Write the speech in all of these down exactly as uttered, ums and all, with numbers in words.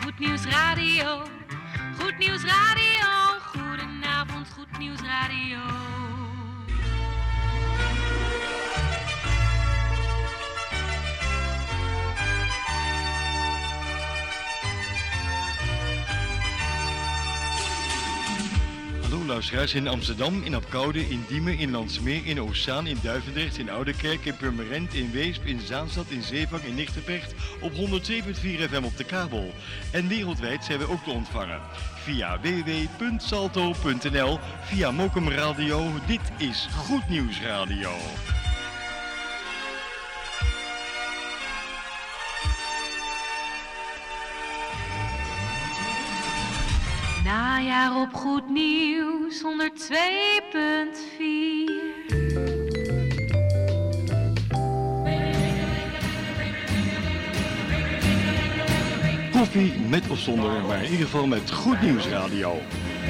Goed Nieuws Radio. Goed Nieuws Radio. Goedenavond, Goed Nieuws Radio. Hallo luisteraars in Amsterdam, in Apkoude, in Diemen, in Landsmeer, in Oostzaan, in Duivendrecht, in Oudekerk, in Purmerend, in Weesp, in Zaanstad, in Zeevang, in Nigtevecht op honderd zeven punt vier F M op de kabel. En wereldwijd zijn we ook te ontvangen via w w w punt salto punt n l, via Mokum Radio. Dit is Goed Nieuws Radio. Najaar op Goed Nieuws honderd twee punt vier. Koffie met of zonder, maar in ieder geval met Goed Nieuws Radio.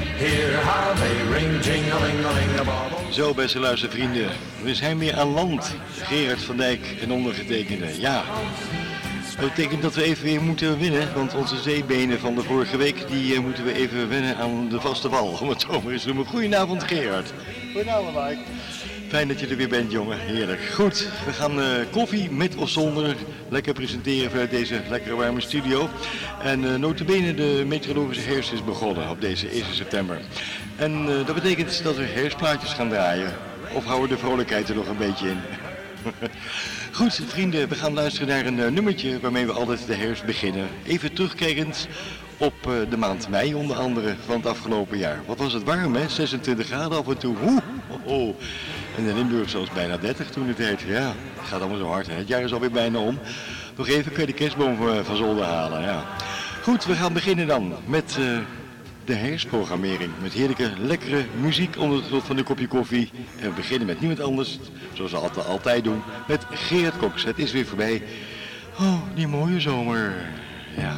Zo, beste luistervrienden, we zijn weer aan land. Gerard van Dijk en ondergetekende, ja. Dat betekent dat we even weer moeten winnen, want onze zeebenen van de vorige week, die uh, moeten we even wennen aan de vaste wal. Om het zo maar eens te noemen. Goedenavond Gerard. Goedenavond Mike. Fijn dat je er weer bent, jongen. Heerlijk. Goed, we gaan uh, koffie met of zonder lekker presenteren vanuit deze lekkere warme studio. En uh, nota bene, de meteorologische herfst is begonnen op deze eerste september. En uh, dat betekent dat er herfstplaatjes gaan draaien. Of houden de vrolijkheid er nog een beetje in? Goed, vrienden, we gaan luisteren naar een uh, nummertje waarmee we altijd de herfst beginnen. Even terugkijkend op uh, de maand mei onder andere van het afgelopen jaar. Wat was het warm, hè? zesentwintig graden af en toe. Oeh, oh, oh. En in Limburg zelfs bijna dertig toen het heet. Ja, het gaat allemaal zo hard, hè? Het jaar is alweer bijna om. Nog even kun je de kerstboom uh, van zolder halen, ja. Goed, we gaan beginnen dan met... Uh, De herfstprogrammering met heerlijke, lekkere muziek onder het genot van een kopje koffie. En we beginnen met niemand anders, zoals we altijd, altijd doen, met Gerard Cox. Het is weer voorbij. Oh, die mooie zomer. Ja.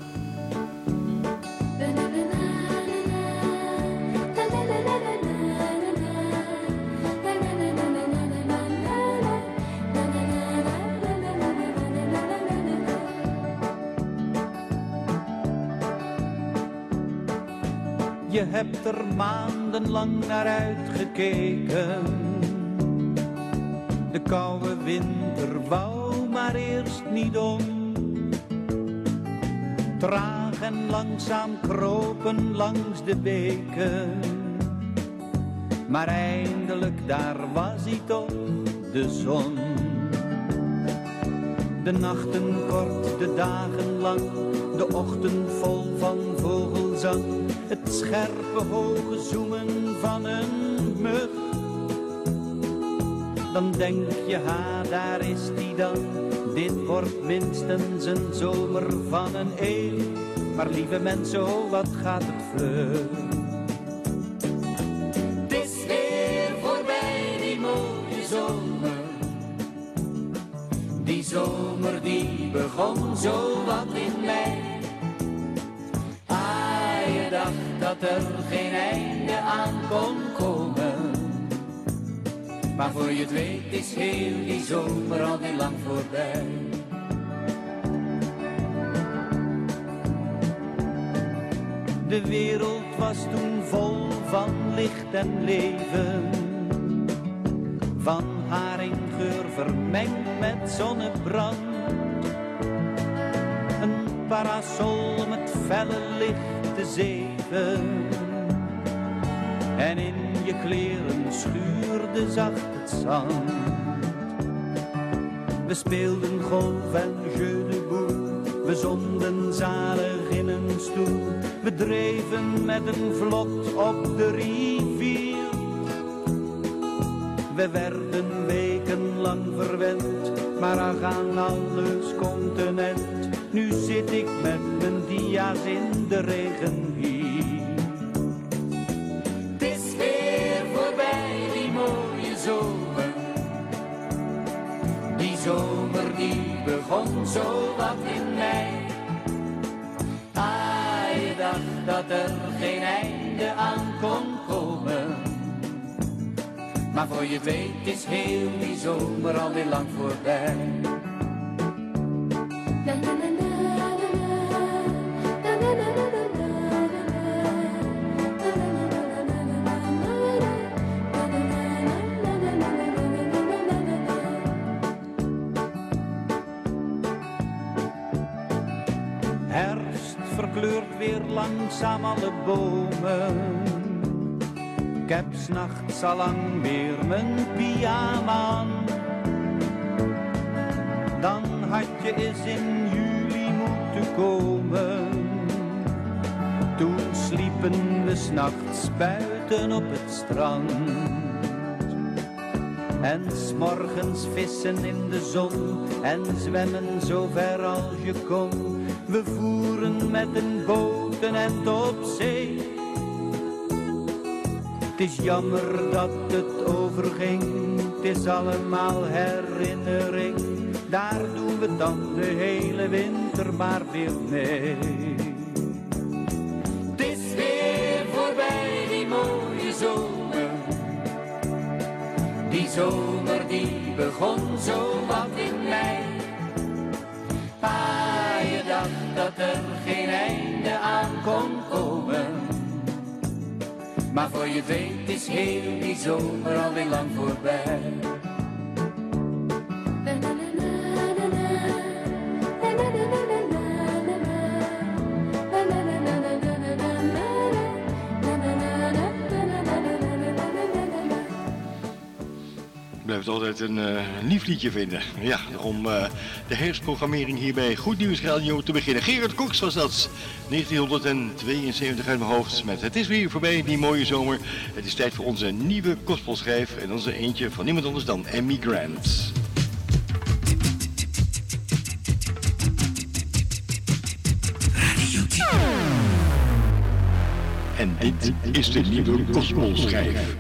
Je hebt er maandenlang naar uitgekeken. De koude winter wou maar eerst niet om. Traag en langzaam kropen langs de beken. Maar eindelijk daar was hij toch, de zon. De nachten kort, de dagen lang, de ochtend vol van vogelzang. Het scherpe hoge zoemen van een mug. Dan denk je, ha, daar is die dan. Dit wordt minstens een zomer van een eeuw. Maar lieve mensen, oh, wat gaat het vlug. Het is weer voorbij, die mooie zomer. Die zomer die begon zo wat in mei. Dacht dat er geen einde aan kon komen. Maar voor je het weet is heel die zomer al heel lang voorbij. De wereld was toen vol van licht en leven. Van haringgeur vermengd met zonnebrand. Een parasol met felle licht te zeven. En in je kleren schuurde zacht het zand. We speelden golf en jeu de boel. We zonden zalig in een stoel. We dreven met een vlot op de rivier. We werden wekenlang verwend, maar ach aan alles continent. Nu zit ik met mijn dia's in de regen hier. Het is weer voorbij, die mooie zomer. Die zomer die begon zo wat in mei. Ah, je dacht dat er geen einde aan kon komen. Maar voor je weet is heel die zomer alweer lang voorbij. Na, na, na, na, na, na, Herfst verkleurt weer langzaam alle bomen. Ik heb 's nachts al lang weer mijn pyjama aan. Dan had je eens in juli moeten komen. Toen sliepen we 's nachts buiten op het strand. En 's morgens vissen in de zon en zwemmen zo ver als je kon. We voeren met een boot een end op zee. Het is jammer dat het overging, het is allemaal herinnering. Daar doen we dan de hele winter maar weer mee. Het is weer voorbij die mooie zomer. Die zomer die begon zo wat in mei. Pa, je dacht dat er geen einde aan kon komen. Maar voor je weet is heel die zomer alweer lang voorbij. Blijft altijd een uh, lief liedje vinden. Ja, om uh, de herfstprogrammering hier bij Goed Nieuws Radio te beginnen. Gerard Cox was dat, negentienhonderdtweeënzeventig uit mijn hoofd, met Het is weer voorbij, die mooie zomer. Het is tijd voor onze nieuwe gospelschijf en onze eentje van niemand anders dan Emmy Grant. En dit is de nieuwe gospelschijf.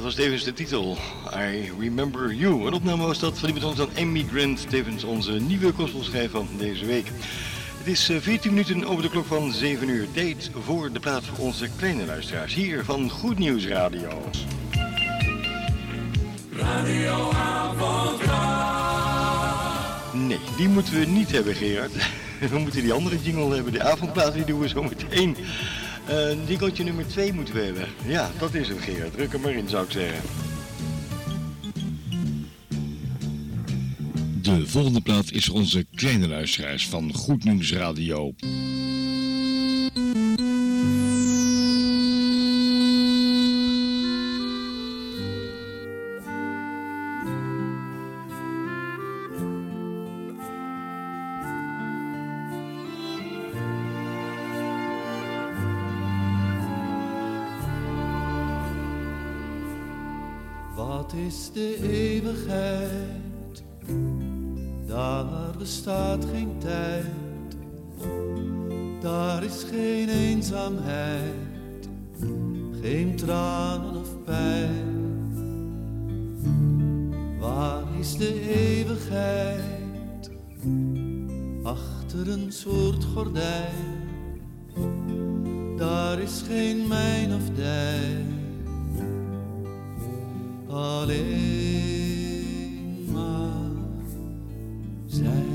was tevens de titel, I Remember You. Een opname was dat van iemand anders dan Amy Grant, tevens onze nieuwe gospelschijf van deze week. Het is veertien minuten over de klok van zeven uur. Tijd voor de plaat voor onze kleine luisteraars hier van Goed Nieuws Radio. Radio Avondplaat. Nee, die moeten we niet hebben, Gerard. We moeten die andere jingle hebben. De avondplaat die doen we zo meteen. Uh, jingletje nummer twee moeten we hebben. Ja, dat is hem, Gerard. Druk hem maar in, zou ik zeggen. De volgende plaat is onze kleine luisteraars van Goed Nieuws Radio. Wat is de eeuwigheid? Daar bestaat geen tijd, daar is geen eenzaamheid, geen tranen of pijn. Waar is de eeuwigheid? Achter een soort gordijn, daar is geen mijn of dij, alleen maar zijn.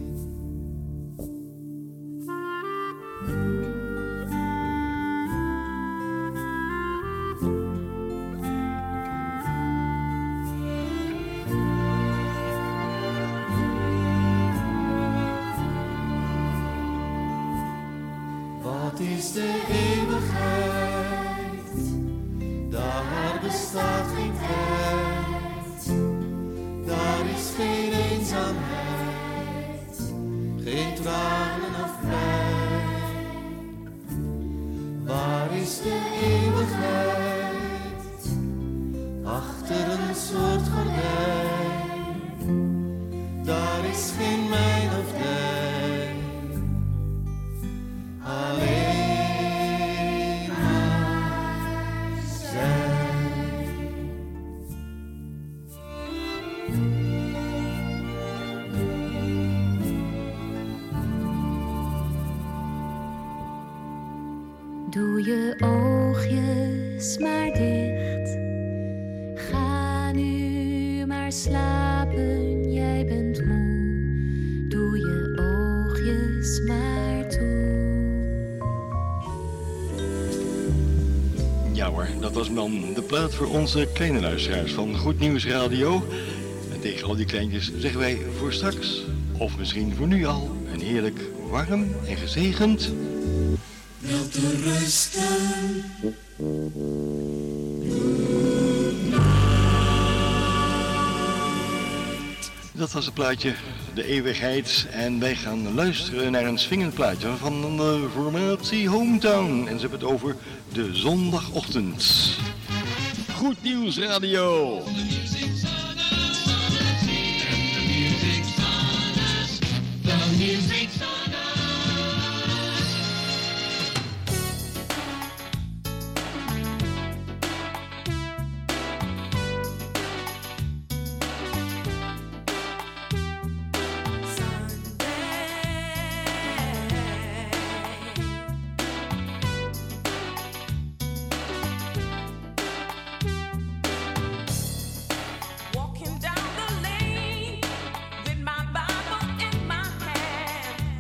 Wat is de eeuwigheid? Daar bestaat geen tijd, daar is geen eenzaamheid, geen tranen of pijn. Waar is de eeuwigheid? Achter een soort gordijn, daar is geen mijn of dij, alleen maar zijn. Doe je oogjes maar dicht, ga nu maar slapen, jij bent moe. Doe je oogjes maar toe. Ja hoor, dat was dan de plaat voor onze kleine luisteraars van Goed Nieuws Radio. En tegen al die kleintjes zeggen wij voor straks, of misschien voor nu al, een heerlijk warm en gezegend... Wel te rusten. Dat was het plaatje, de eeuwigheid. En wij gaan luisteren naar een swingend plaatje van de formatie Hometown. En ze hebben het over de zondagochtend. Goed Nieuws Radio. Walking down the lane with my Bible in my hand.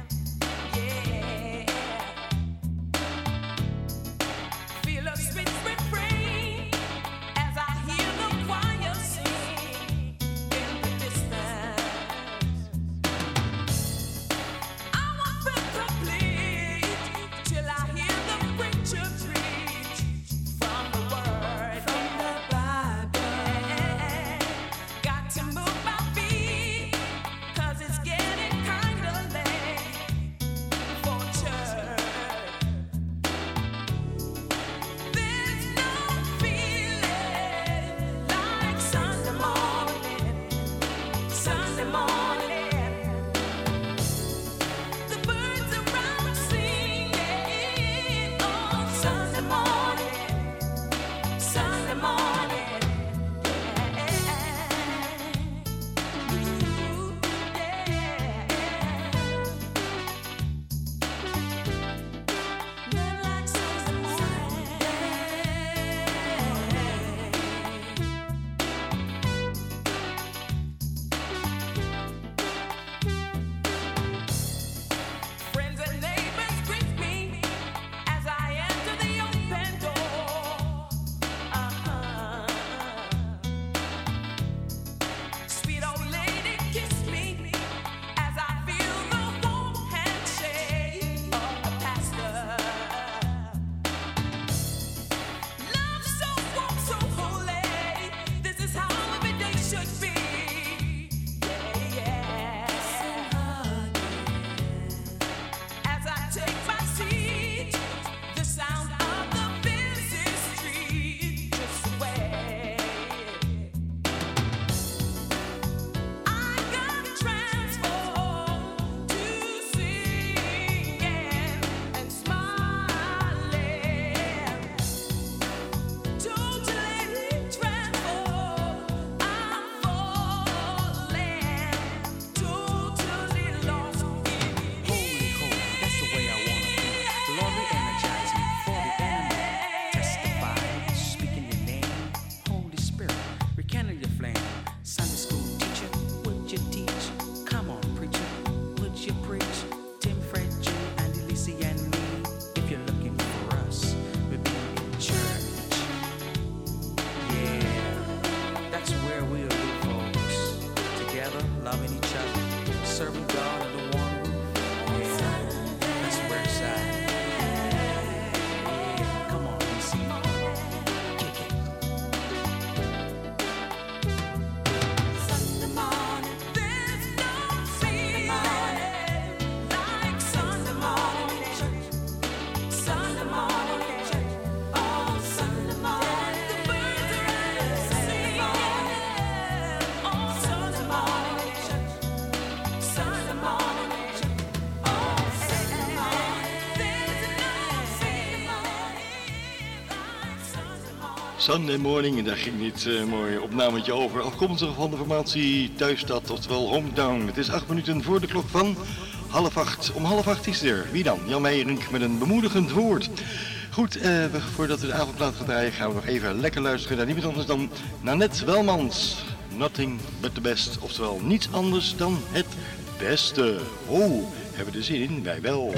Sunday Morning, en daar ging dit uh, mooi opnametje over. Afkomstig van de formatie Thuisstad, oftewel Hometown. Het is acht minuten voor de klok van half acht. Om half acht is er, wie dan? Jan Meijering met een bemoedigend woord. Goed, uh, we, voordat we de avondplaat gaan draaien, gaan we nog even lekker luisteren naar niemand anders dan Nanette Welmans. Nothing but the best, oftewel niets anders dan het beste. Oh, hebben we er zin in? Wij wel.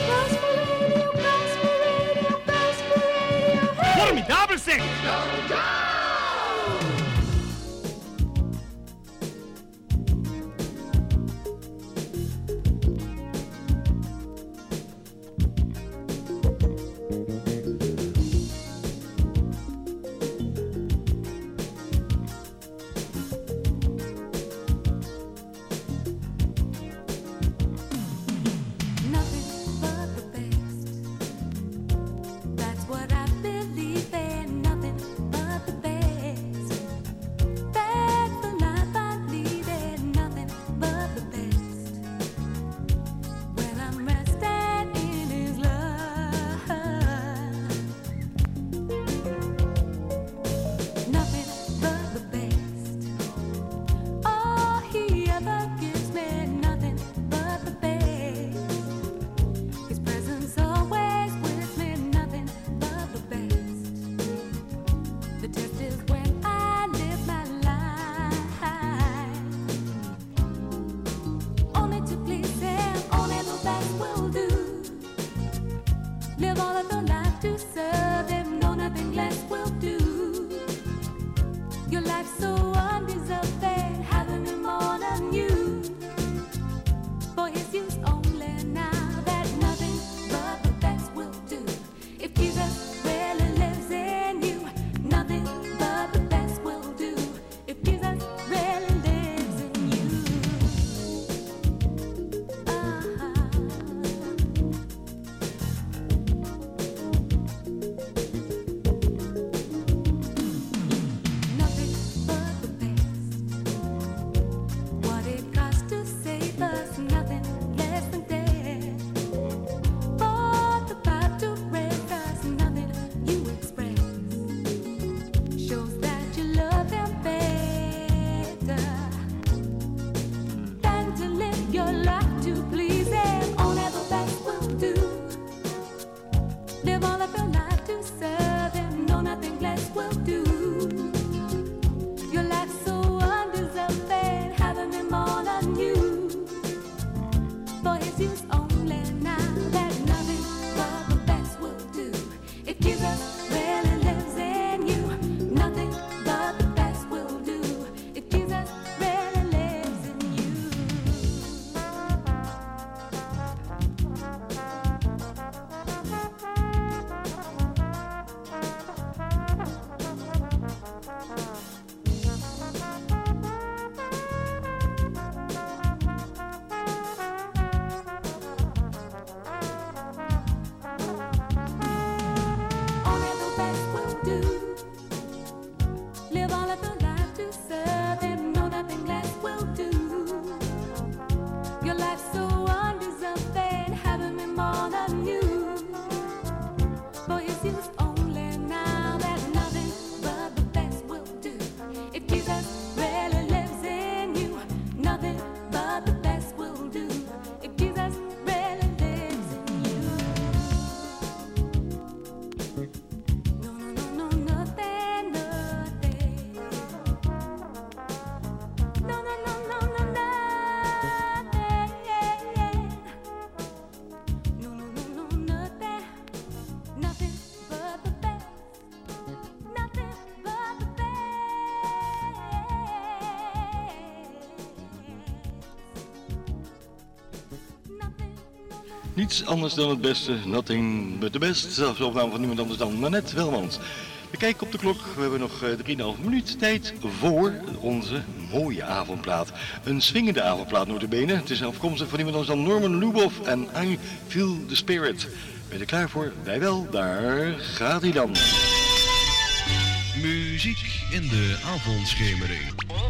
Formidable zeg! Niets anders dan het beste, nothing but the best. Zelfs de opname van niemand anders dan Nanette Welmans. We kijken op de klok, we hebben nog drieënhalf minuut tijd voor onze mooie avondplaat. Een swingende avondplaat notabene. Het is afkomstig van iemand anders dan Norman Lubov en I Feel the Spirit. Ben je er klaar voor? Wij wel, daar gaat hij dan. Muziek in de avondschemering.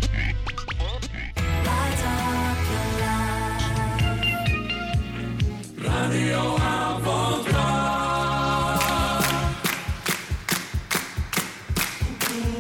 Radio Avondplaat.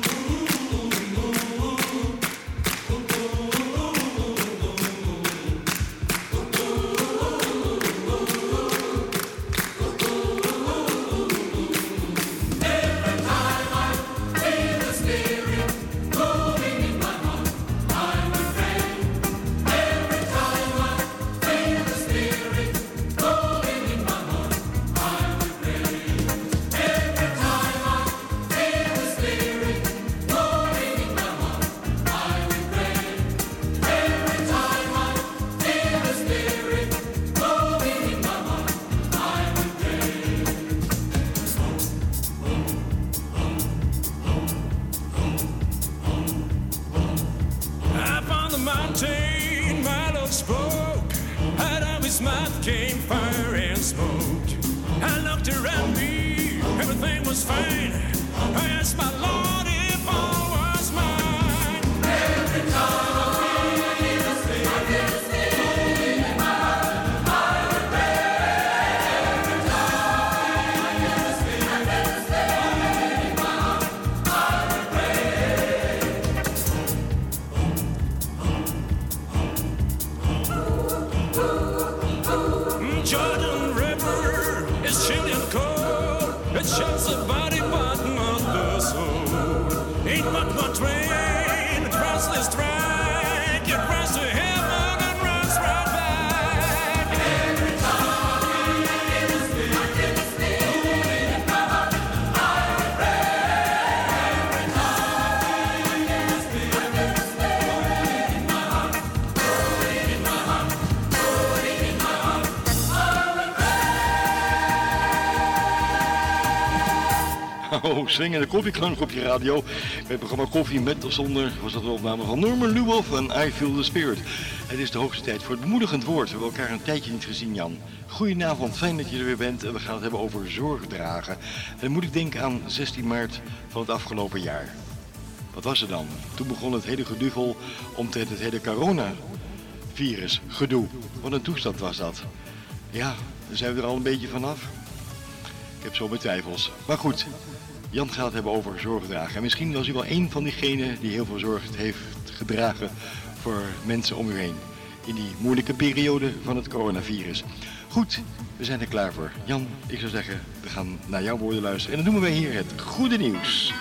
mountain, my love spoke. Out of his mouth came fire and smoke. I looked around me, everything was fine. I asked my Lord if all was mine. Every time I feel his feet, I feel his feet in my heart. I would pray. Every time I feel his feet, I feel his feet in my heart. I would pray. Jordan River is chilly and cold. It shuts the body bottom of the soul. Ain't but one train, it runs this track. It runs to heaven and runs right back. Every time I feel his feet, I feel his feet in my heart. I would pray. Every time I feel his feet, I feel his feet in my heart. Oh, in my heart. Oh, in my heart. Oh, swingende koffieklank op je radio. Bij het programma Koffie met of zonder was dat een opname van Norman Luboff en I Feel the Spirit. Het is de hoogste tijd voor het bemoedigend woord. We hebben elkaar een tijdje niet gezien, Jan. Goedenavond, fijn dat je er weer bent. En we gaan het hebben over zorgdragen. En dan moet ik denken aan zestien maart van het afgelopen jaar. Wat was er dan? Toen begon het hele geduvel omtrent het hele coronavirus gedoe. Wat een toestand was dat. Ja, daar zijn we er al een beetje vanaf. Ik heb zo mijn twijfels. Maar goed, Jan gaat het hebben over zorgdragen. En misschien was u wel één van diegenen die heel veel zorg heeft gedragen voor mensen om u heen. In die moeilijke periode van het coronavirus. Goed, we zijn er klaar voor. Jan, ik zou zeggen, we gaan naar jouw woorden luisteren. En dan noemen wij hier het goede nieuws.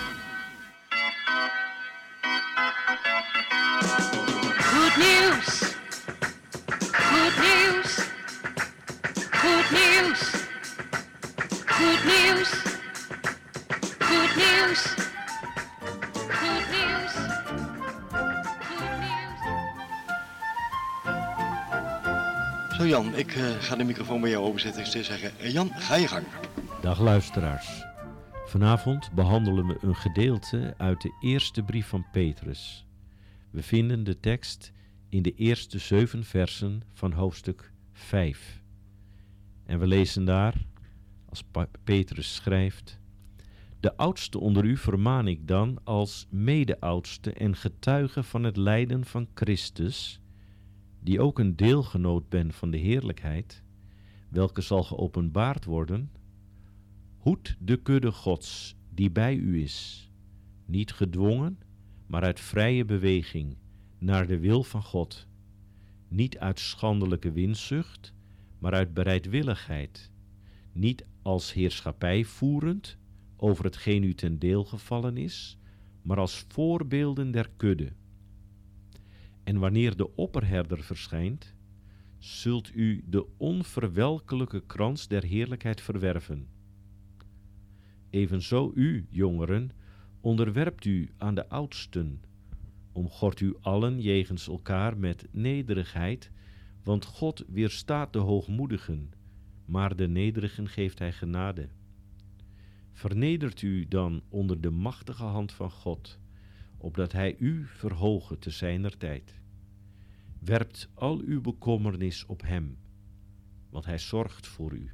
Goed nieuws. Goed nieuws. Goed nieuws. Goed nieuws. Goed nieuws. Goed nieuws. Goed nieuws. Zo Jan, ik uh, ga de microfoon bij jou openzetten. Ik zou zeggen, uh, Jan, ga je gang. Dag luisteraars. Vanavond behandelen we een gedeelte uit de eerste brief van Petrus. We vinden de tekst in de eerste zeven versen van hoofdstuk vijf. En we lezen daar, als Petrus schrijft: de oudste onder u vermaan ik dan als mede-oudste en getuige van het lijden van Christus, die ook een deelgenoot ben van de heerlijkheid, welke zal geopenbaard worden. Hoed de kudde Gods die bij u is, niet gedwongen, maar uit vrije beweging, naar de wil van God, niet uit schandelijke winzucht, maar uit bereidwilligheid, niet als heerschappij voerend over hetgeen u ten deel gevallen is, maar als voorbeelden der kudde. En wanneer de opperherder verschijnt, zult u de onverwelkelijke krans der heerlijkheid verwerven. Evenzo u, jongeren, onderwerpt u aan de oudsten, omgort u allen jegens elkaar met nederigheid, want God weerstaat de hoogmoedigen, maar de nederigen geeft hij genade. Vernedert u dan onder de machtige hand van God, opdat hij u verhoge te zijner tijd. Werpt al uw bekommernis op hem, want hij zorgt voor u.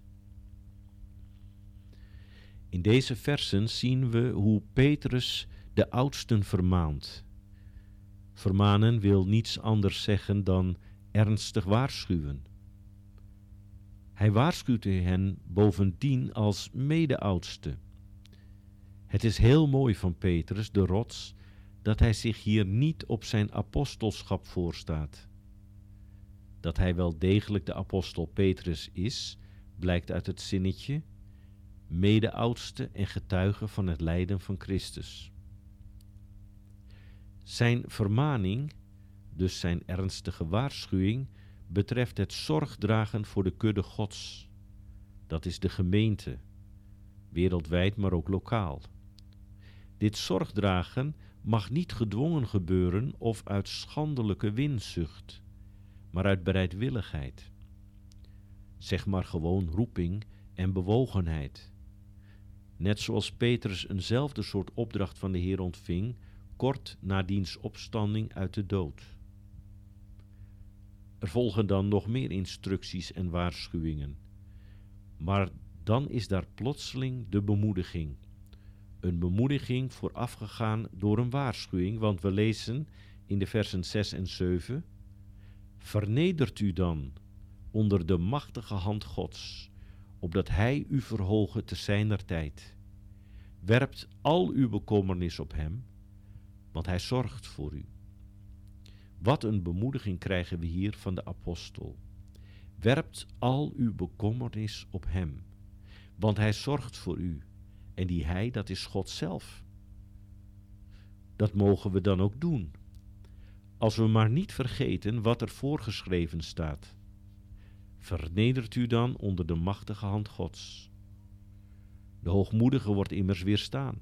In deze versen zien we hoe Petrus de oudsten vermaant. Vermanen wil niets anders zeggen dan ernstig waarschuwen. Hij waarschuwt hen bovendien als mede-oudste. Het is heel mooi van Petrus, de rots, dat hij zich hier niet op zijn apostelschap voorstaat. Dat hij wel degelijk de apostel Petrus is, blijkt uit het zinnetje: mede-oudste en getuige van het lijden van Christus. Zijn vermaning, dus zijn ernstige waarschuwing, betreft het zorgdragen voor de kudde Gods. Dat is de gemeente, wereldwijd maar ook lokaal. Dit zorgdragen mag niet gedwongen gebeuren of uit schandelijke winzucht, maar uit bereidwilligheid. Zeg maar gewoon roeping en bewogenheid. Net zoals Petrus eenzelfde soort opdracht van de Heer ontving, kort na diens opstanding uit de dood. Er volgen dan nog meer instructies en waarschuwingen. Maar dan is daar plotseling de bemoediging. Een bemoediging voorafgegaan door een waarschuwing, want we lezen in de versen zes en zeven: Vernedert u dan onder de machtige hand Gods, opdat Hij u verhoge te zijner tijd. Werpt al uw bekommernis op Hem, want Hij zorgt voor u. Wat een bemoediging krijgen we hier van de apostel. Werpt al uw bekommernis op Hem, want Hij zorgt voor u. En die Hij, dat is God zelf. Dat mogen we dan ook doen. Als we maar niet vergeten wat er voorgeschreven staat. Vernedert u dan onder de machtige hand Gods. De hoogmoedige wordt immers weerstaan.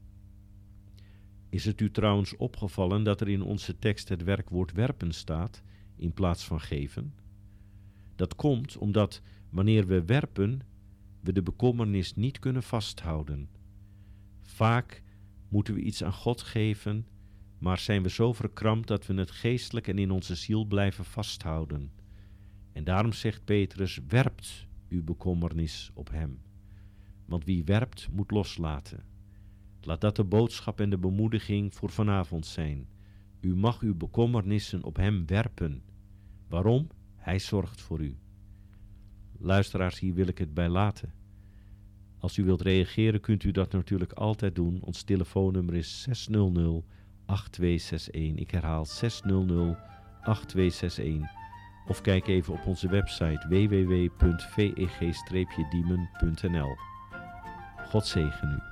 Is het u trouwens opgevallen dat er in onze tekst het werkwoord werpen staat in plaats van geven? Dat komt omdat wanneer we werpen, we de bekommernis niet kunnen vasthouden. Vaak moeten we iets aan God geven, maar zijn we zo verkrampt dat we het geestelijk en in onze ziel blijven vasthouden. En daarom zegt Petrus, werpt uw bekommernis op Hem. Want wie werpt, moet loslaten. Laat dat de boodschap en de bemoediging voor vanavond zijn. U mag uw bekommernissen op Hem werpen. Waarom? Hij zorgt voor u. Luisteraars, hier wil ik het bij laten. Als u wilt reageren, kunt u dat natuurlijk altijd doen. Ons telefoonnummer is zes nul nul, acht twee zes een. Ik herhaal zes nul nul, acht twee zes een. Of kijk even op onze website w w w punt v e g streepje diemen punt n l. God zegen u.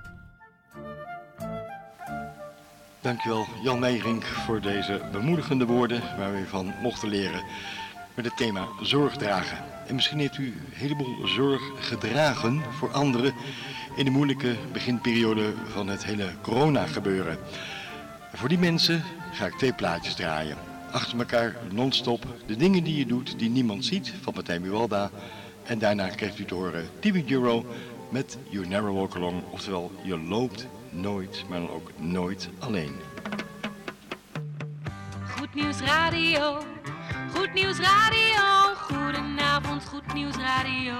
Dankjewel Jan Meijering voor deze bemoedigende woorden waar we van mochten leren met het thema zorg dragen. En misschien heeft u een heleboel zorg gedragen voor anderen in de moeilijke beginperiode van het hele corona gebeuren. Voor die mensen ga ik twee plaatjes draaien. Achter elkaar non-stop de dingen die je doet die niemand ziet van Martijn Buwalda. En daarna krijgt u te horen T V Giro met You Never Walk Alone. Oftewel, je loopt nooit, maar dan ook nooit alleen. Goed Nieuws Radio, Goed Nieuws Radio, goedenavond Goed Nieuws Radio.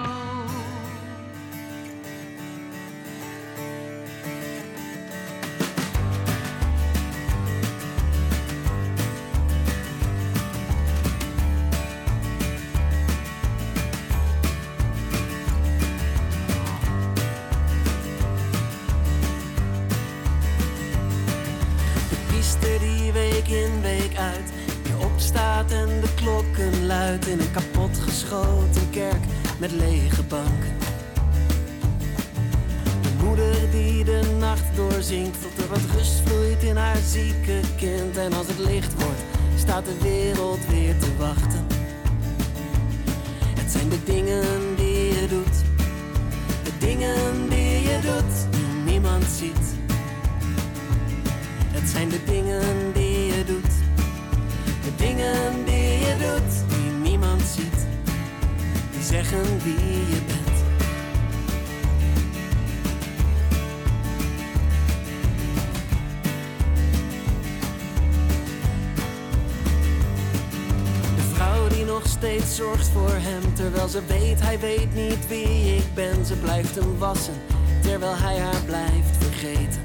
In, week uit, je opstaat en de klokken luidt in een kapotgeschoten kerk met lege banken. De moeder die de nacht doorzingt tot er wat rust vloeit in haar zieke kind. En als het licht wordt, staat de wereld weer te wachten. Het zijn de dingen die je doet, de dingen die je doet, die niemand ziet. Het zijn de dingen die je doet, de dingen die je doet, die niemand ziet, die zeggen wie je bent. De vrouw die nog steeds zorgt voor hem, terwijl ze weet, hij weet niet wie ik ben. Ze blijft hem wassen, terwijl hij haar blijft vergeten.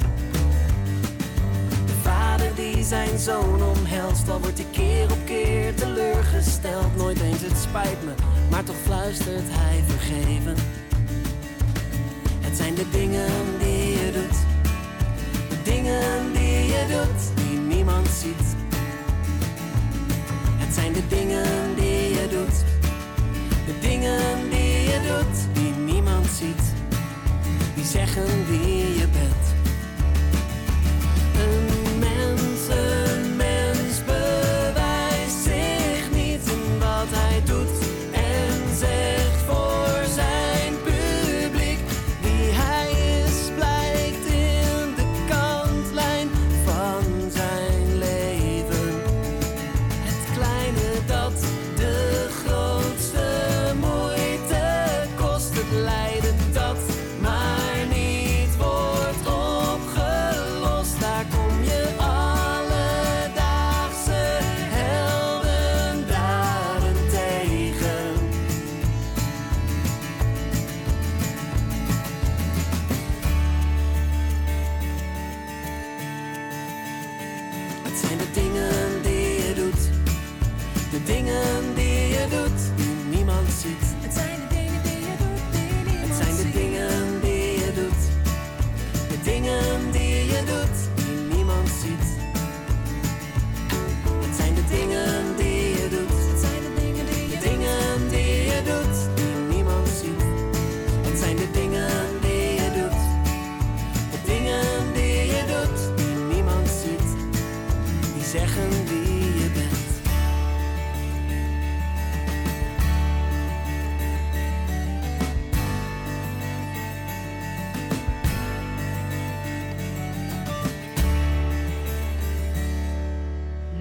Die zijn zoon omhelst, al wordt hij keer op keer teleurgesteld. Nooit eens het spijt me, maar toch fluistert hij vergeven. Het zijn de dingen die je doet, de dingen die je doet, die niemand ziet. Het zijn de dingen die je doet, de dingen die je doet, die niemand ziet, die zeggen wie je bent. Een mens bewijst zich niet in wat hij doet en zegt voor zijn publiek wie hij is, blijkt in de kantlijn van zijn leven. Het kleine dat de grootste moeite kost, het lijden dat maar niet wordt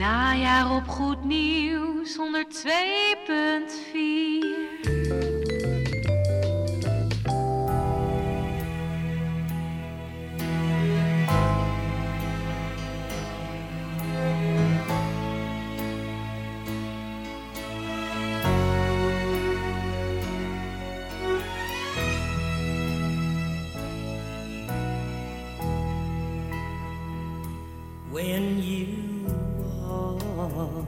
najaar op Goed Nieuws honderd twee punt vier. When you walk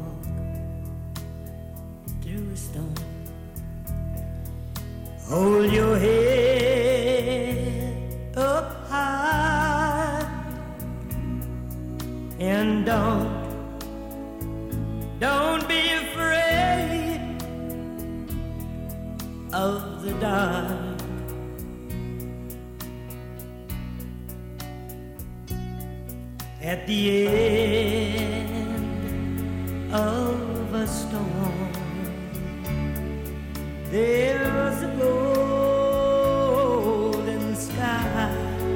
through a storm, hold your head up high and don't, don't be afraid of the dark. At the end of a storm, there's a golden sky,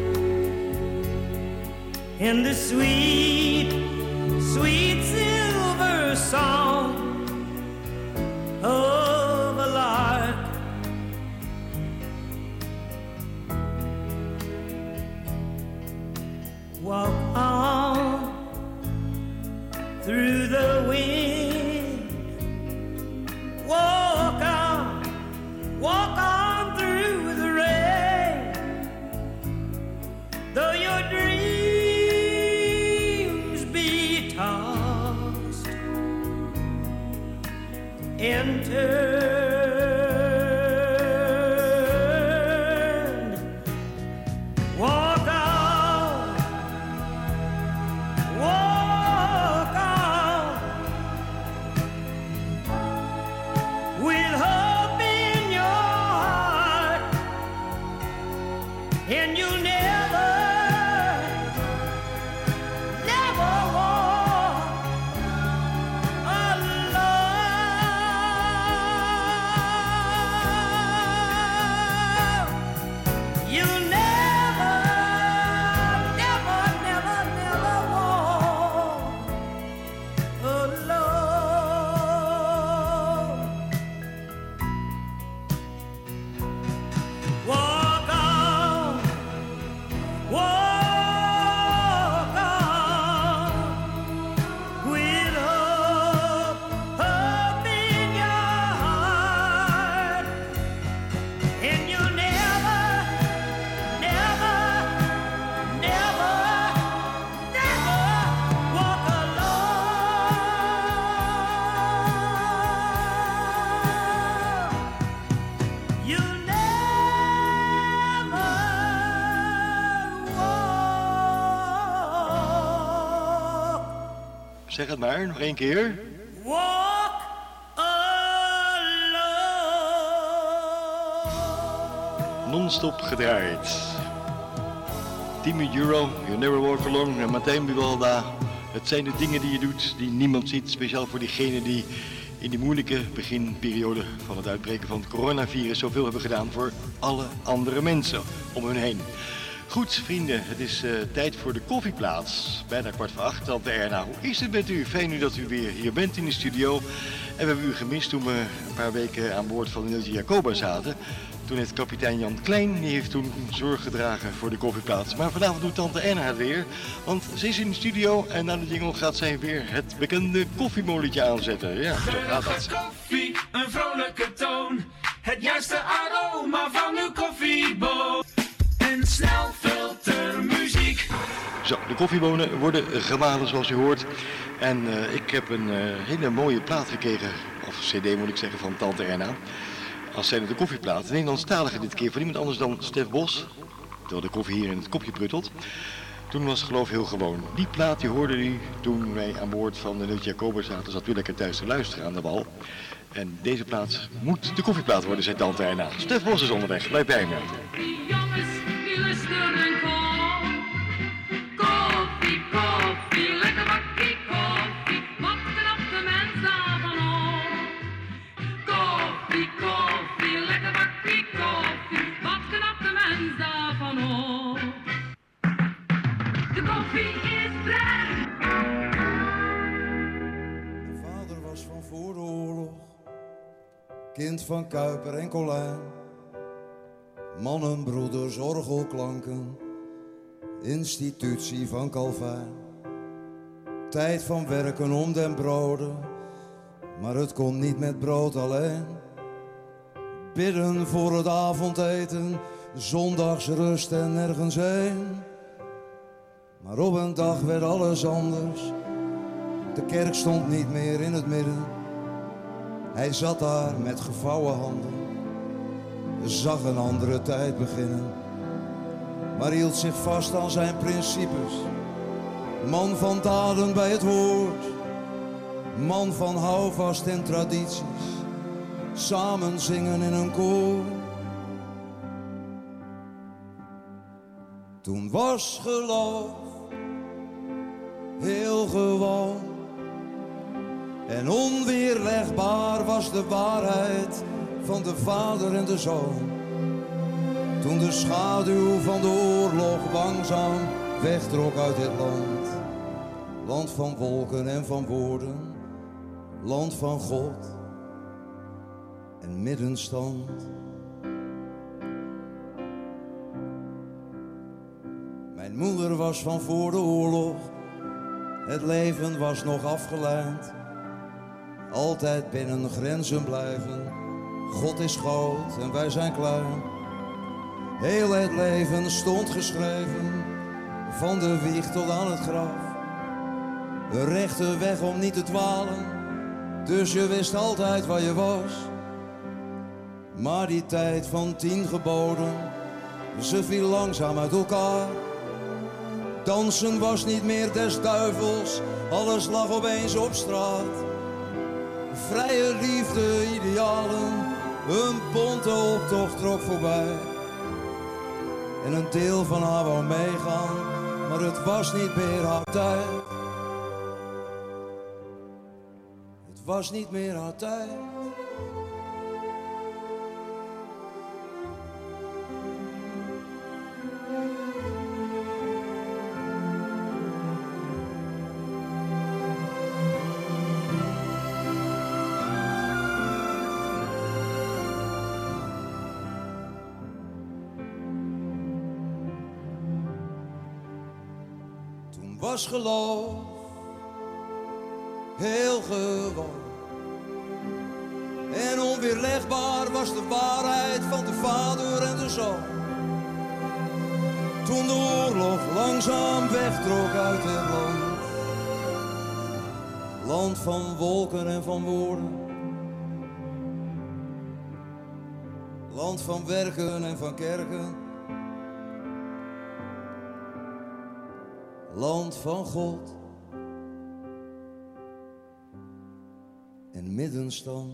and the sweet, sweet silver song of a lark. Walk on through the wind, walk on, walk on through the rain, though your dreams be tossed and turned. Walk on, walk on, with hope in your heart, and you'll never, never walk alone. You'll never, never, never, never walk alone. Walk on, walk on, with hope, hope in your heart, and you'll never, never, never, never walk alone. You'll never walk, Zeg het maar, nog één keer. walk alone. Non-stop gedraaid. Timmy Euro, You Never Walk Alone en Martijn Buwalda. Het zijn de dingen die je doet die niemand ziet. Speciaal voor diegenen die in die moeilijke beginperiode van het uitbreken van het coronavirus zoveel hebben gedaan voor alle andere mensen om hun heen. Goed vrienden, het is uh, tijd voor de koffieplaats. Bijna kwart voor acht, Tante Erna. Hoe is het met u? Fijn nu dat u weer hier bent in de studio. En we hebben u gemist toen we een paar weken aan boord van de Neeltje Jacoba zaten. Toen heeft kapitein Jan Klein, die heeft toen zorg gedragen voor de koffieplaats. Maar vanavond doet Tante Erna het weer, want ze is in de studio en na de jingle gaat zij weer het bekende koffiemolentje aanzetten. Ja, zo gaat dat. Koffie, een vrolijke toon. Het juiste aroma van uw koffieboon. En snelfiltermuziek. Zo, de koffiebonen worden gemalen zoals u hoort. En uh, ik heb een uh, hele mooie plaat gekregen, of cd moet ik zeggen, van Tante Erna. Als zijnde de koffieplaat. Een Nederlandstalige dit keer van niemand anders dan Stef Bos. Terwijl de koffie hier in het kopje pruttelt. Toen was het geloof ik heel gewoon. Die plaat die hoorde u toen wij aan boord van de Neeltje Jacoba zaten. Zat u lekker thuis te luisteren aan de bal. En deze plaat moet de koffieplaat worden, zei Tante Erna. Stef Bos is onderweg, blijf bij me. Die jongens die lusten een kool. Koffie, koffie, lekker bakkie koffie. Wat knapt de mens daarvan op? Koffie, koffie, lekker bakkie koffie. Wat knapt de mens daarvan op? De koffie is vrij. voor de oorlog, kind van Kuiper en Colijn. Mannen, broeders, orgelklanken, institutie van Calvijn. Tijd van werken om den broden, maar het kon niet met brood alleen. Bidden voor het avondeten, zondags rust en nergens heen. Maar op een dag werd alles anders, de kerk stond niet meer in het midden. Hij zat daar met gevouwen handen, zag een andere tijd beginnen. Maar hield zich vast aan zijn principes, man van daden bij het woord. Man van houvast en tradities, samen zingen in een koor. Toen was geloof heel gewoon en onweerlegbaar was de waarheid van de vader en de zoon. Toen de schaduw van de oorlog langzaam wegtrok uit dit land. Land van wolken en van woorden, land van God en middenstand. Mijn moeder was van voor de oorlog, het leven was nog afgeleid. Altijd binnen grenzen blijven, God is groot en wij zijn klein. Heel het leven stond geschreven, van de wieg tot aan het graf. Een rechte weg om niet te dwalen, dus je wist altijd waar je was. Maar die tijd van tien geboden, ze viel langzaam uit elkaar. Dansen was niet meer des duivels, alles lag opeens op straat. Vrije liefde, idealen, een bonte optocht trok voorbij. En een deel van haar wou meegaan, maar het was niet meer haar tijd. Het was niet meer haar tijd. Was geloof heel gewoon en onweerlegbaar was de waarheid van de vader en de zoon. Toen de oorlog langzaam wegtrok uit het land, land van wolken en van woorden, land van werken en van kerken. Land van God en middenstand.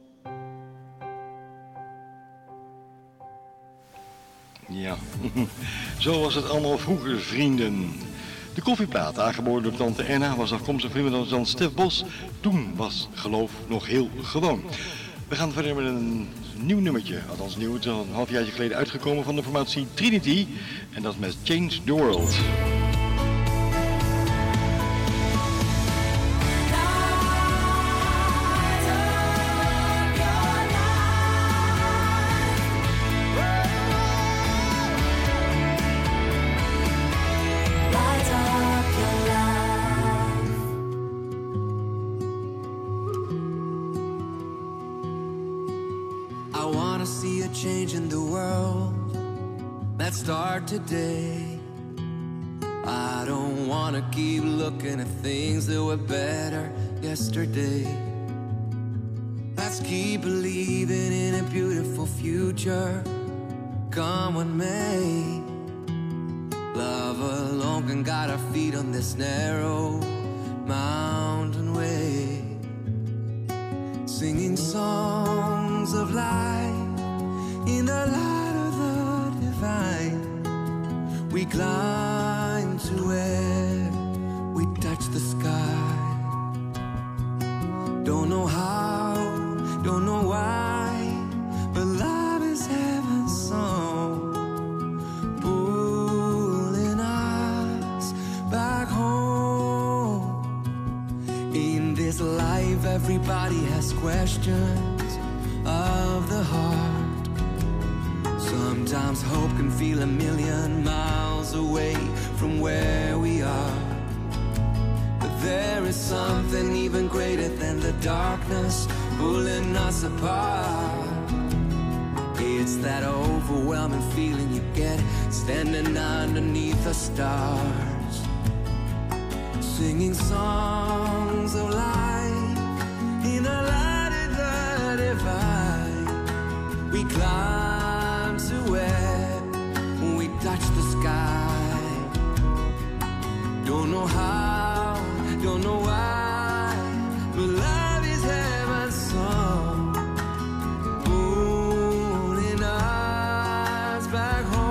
Ja, zo was het allemaal vroeger, vrienden. De koffieplaat, aangeboden door tante Erna, was afkomstig van iemand als Stef Bos. Toen was geloof nog heel gewoon. We gaan verder met een nieuw nummertje. Althans nieuw, het is al een halfjaartje geleden uitgekomen van de formatie Trinity. En dat met Change the World. Start today. I don't wanna keep looking at things that were better yesterday. Let's keep believing in a beautiful future, come what may. Love alone can guide our feet on this narrow mountain way. Singing songs of life in the light of the divine. We climb to where we touch the sky. Don't know how, don't know why, but love is heaven's song, pulling us back home. In this life Everybody has questions of the heart. Sometimes hope can feel a million miles away from where we are. But there is something even greater than the darkness pulling us apart. It's that overwhelming feeling you get standing underneath the stars, singing songs of life in the light of the divine. We climb to where we touch the sky. Don't know how, don't know why, but love is heaven's song, pulling us back home.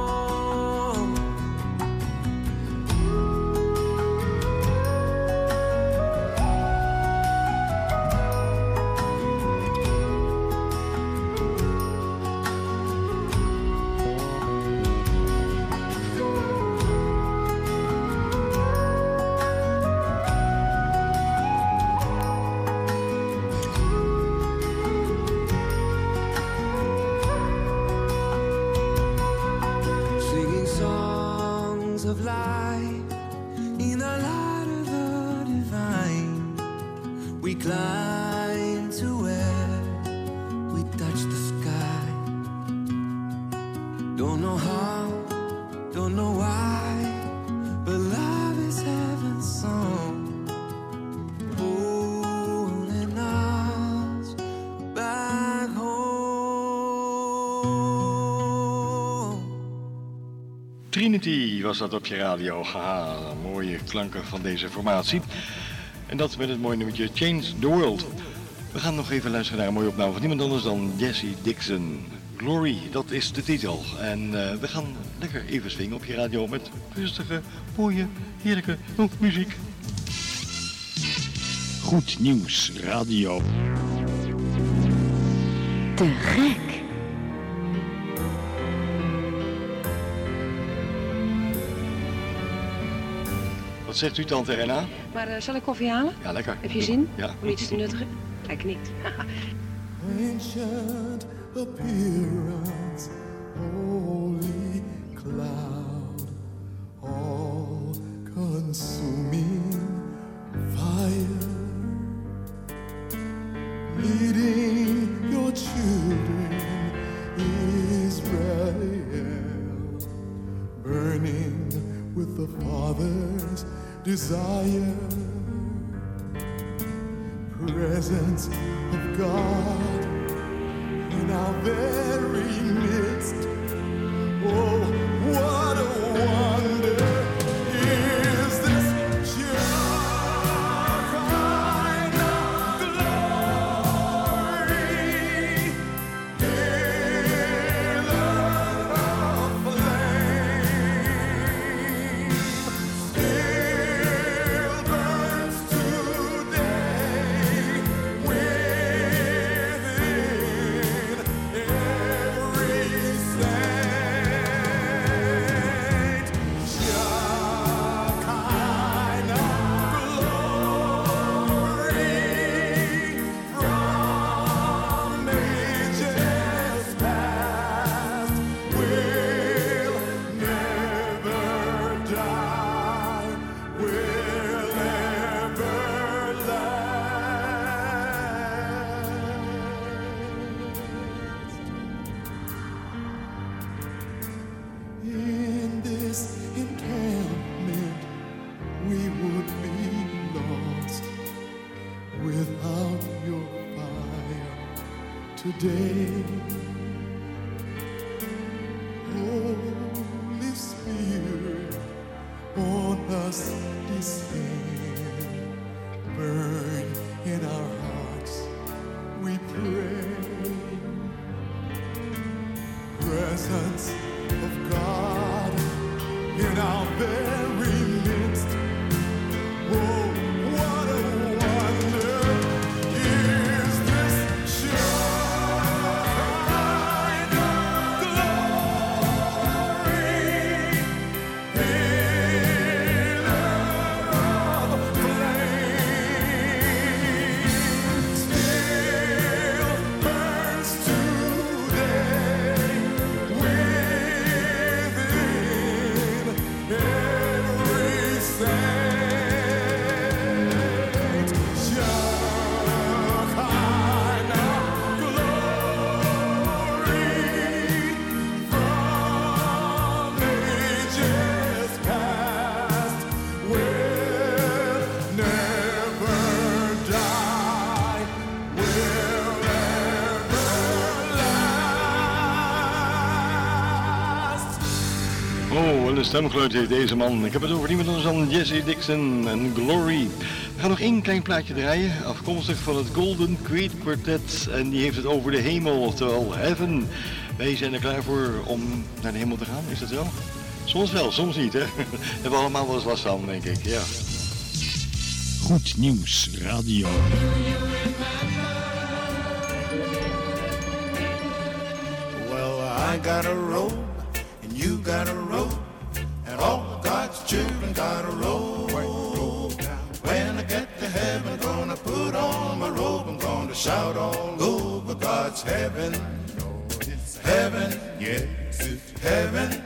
Singing songs of life in the light of the divine. We climb to where we touch the sky. Don't know how, don't know why, but love is heaven's song, pulling us back home. Trinity was dat op je radio. Haha, mooie klanken van deze formatie. En dat met het mooie nummertje Change the World. We gaan nog even luisteren naar een mooie opname van niemand anders dan Jessie Dixon. Glory, dat is de titel. En uh, we gaan lekker even swingen op je radio met rustige, mooie, heerlijke oh, muziek. Goed Nieuws Radio. Te gek. Wat zegt u, tante Renna? Maar uh, zal ik koffie halen? Ja, lekker. Heb je zin? Ja. Om iets te nuttigen? Hij knikt. Ancient appearance, holy cloud, all consuming fire, leading your children, Israel, burning with the Father's desire. Presence of God in our very midst. Oh, what a wonder is this Shekinah glory, pillar of flame, still burns today within every saint. Shekinah glory from ages past will never die, will ever last. In this encampment we would be lost without your fire today. Holy Spirit, on us descend, burn in our hearts, we pray. Presence of God in our very midst. Oh, what a wonder is this Shekinah glory. Wat een stemgeluid heeft deze man. Ik heb het over niemand anders dan Jesse Dixon en Glory. We gaan nog één klein plaatje draaien, afkomstig van het Golden Creed Quartet. En die heeft het over de hemel, oftewel heaven. Wij zijn er klaar voor om naar de hemel te gaan, is dat wel? Soms wel, soms niet, hè? Daar hebben we allemaal wel eens last van, denk ik, ja. Goed Nieuws Radio. Well, I got a robe, and you got a robe, and all of God's children got a robe. When I get to heaven, gonna put on my robe, I'm gonna shout all over God's heaven. Heaven, yes, it's heaven.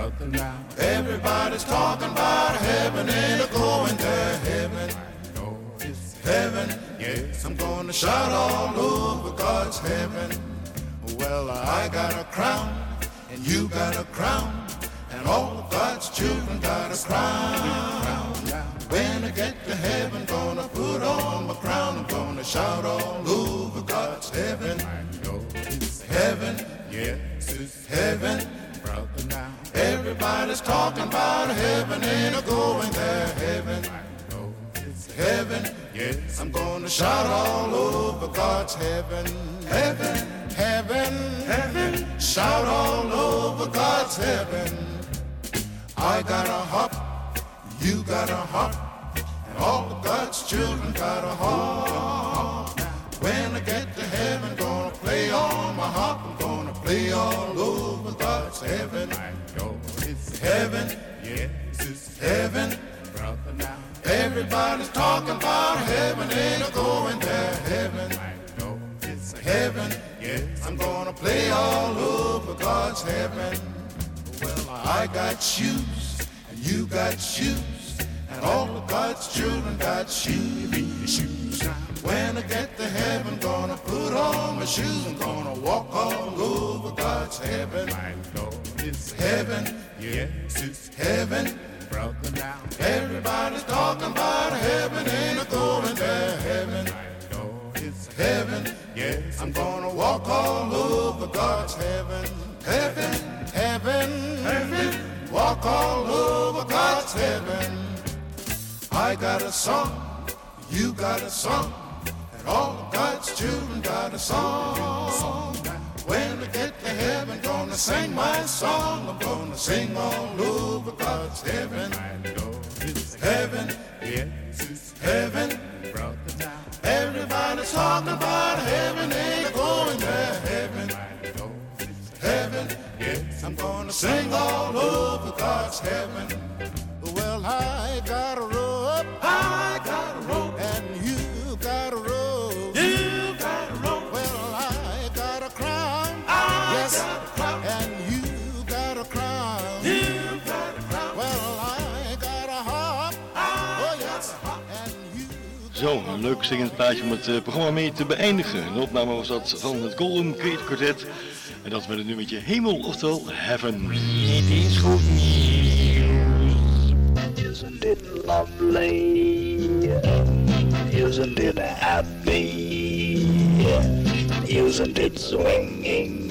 Everybody's talking about heaven, and I'm going to heaven. Heaven, yes, I'm gonna shout all over God's heaven. Well, I got a crown, and you got a crown, and all of God's children got a crown. When I get to heaven, gonna put on my crown, I'm gonna shout all over God's heaven. Heaven, yes, it's heaven. Everybody's talking about heaven, and I'm going there, heaven. Heaven, yes, I'm gonna shout all over God's heaven. Heaven, heaven, heaven, shout all over God's heaven. I got a harp, you got a harp, and all of God's children got a harp. When I get to heaven, gonna play on my harp, I'm gonna play all over God's heaven. It's heaven, yes, it's heaven. Everybody's talking about heaven, and I'm going there, heaven. It's heaven, yes, I'm gonna play all over God's heaven. Well, I got shoes, and you got shoes, and all of God's children got shoes. When I get to heaven, gonna put on my shoes, I'm gonna walk all over God's heaven. It's heaven, yes, it's heaven. Everybody's talking about heaven, and I'm going to heaven. It's heaven, yes, I'm gonna walk all over God's heaven. Heaven, heaven, heaven, walk all over God's heaven. I got a song, you got a song, and all of God's children got a song. When I get to heaven, gonna sing my song, I'm gonna sing all over God's heaven. It's heaven, yes, it's heaven. Everybody's talking about heaven, ain't going to heaven. It's heaven, yes, I'm gonna sing all over God's heaven. Well, I got a rope, I got a rope, and you got a rope, you got a rope. Well, I got a crown, I yes, got a crown, and you got a crown, you got a crown. Well, I got a harp, oh yes, and you. Zo, een leuk zingend plaatje om het uh, programma mee te beëindigen. De opname was dat van het Golden Creed Quartet. En dat met het nummertje Hemel, oftewel Heaven. Het is goed nieuws. Isn't it lovely? Isn't it happy? Isn't it swinging?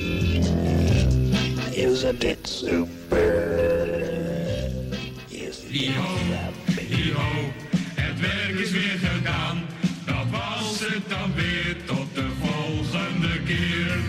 Isn't it super? Isn't it happy? Het werk is weer gedaan. Dat was het dan weer. Tot de volgende keer.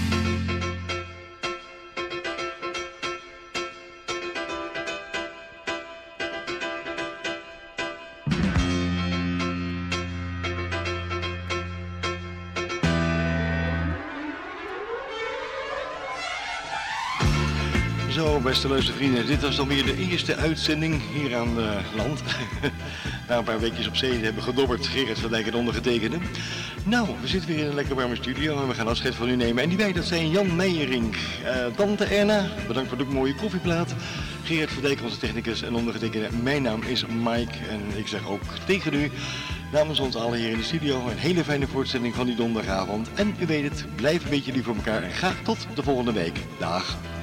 Zo, beste luistervrienden, dit was dan weer de eerste uitzending hier aan uh, land. Na een paar weekjes op zee hebben gedobberd, Gerard van Dijk en ondergetekende. Nou, we zitten weer in een lekker warme studio en we gaan afscheid van u nemen. En die wij, dat zijn Jan Meijerink, uh, Tante Erna, bedankt voor de mooie koffieplaat. Gerard van Dijk, onze technicus en ondergetekende. Mijn naam is Mike en ik zeg ook tegen u, namens ons allen hier in de studio, een hele fijne voortzetting van die donderdagavond. En u weet het, blijf een beetje lief voor elkaar en graag tot de volgende week. Dag.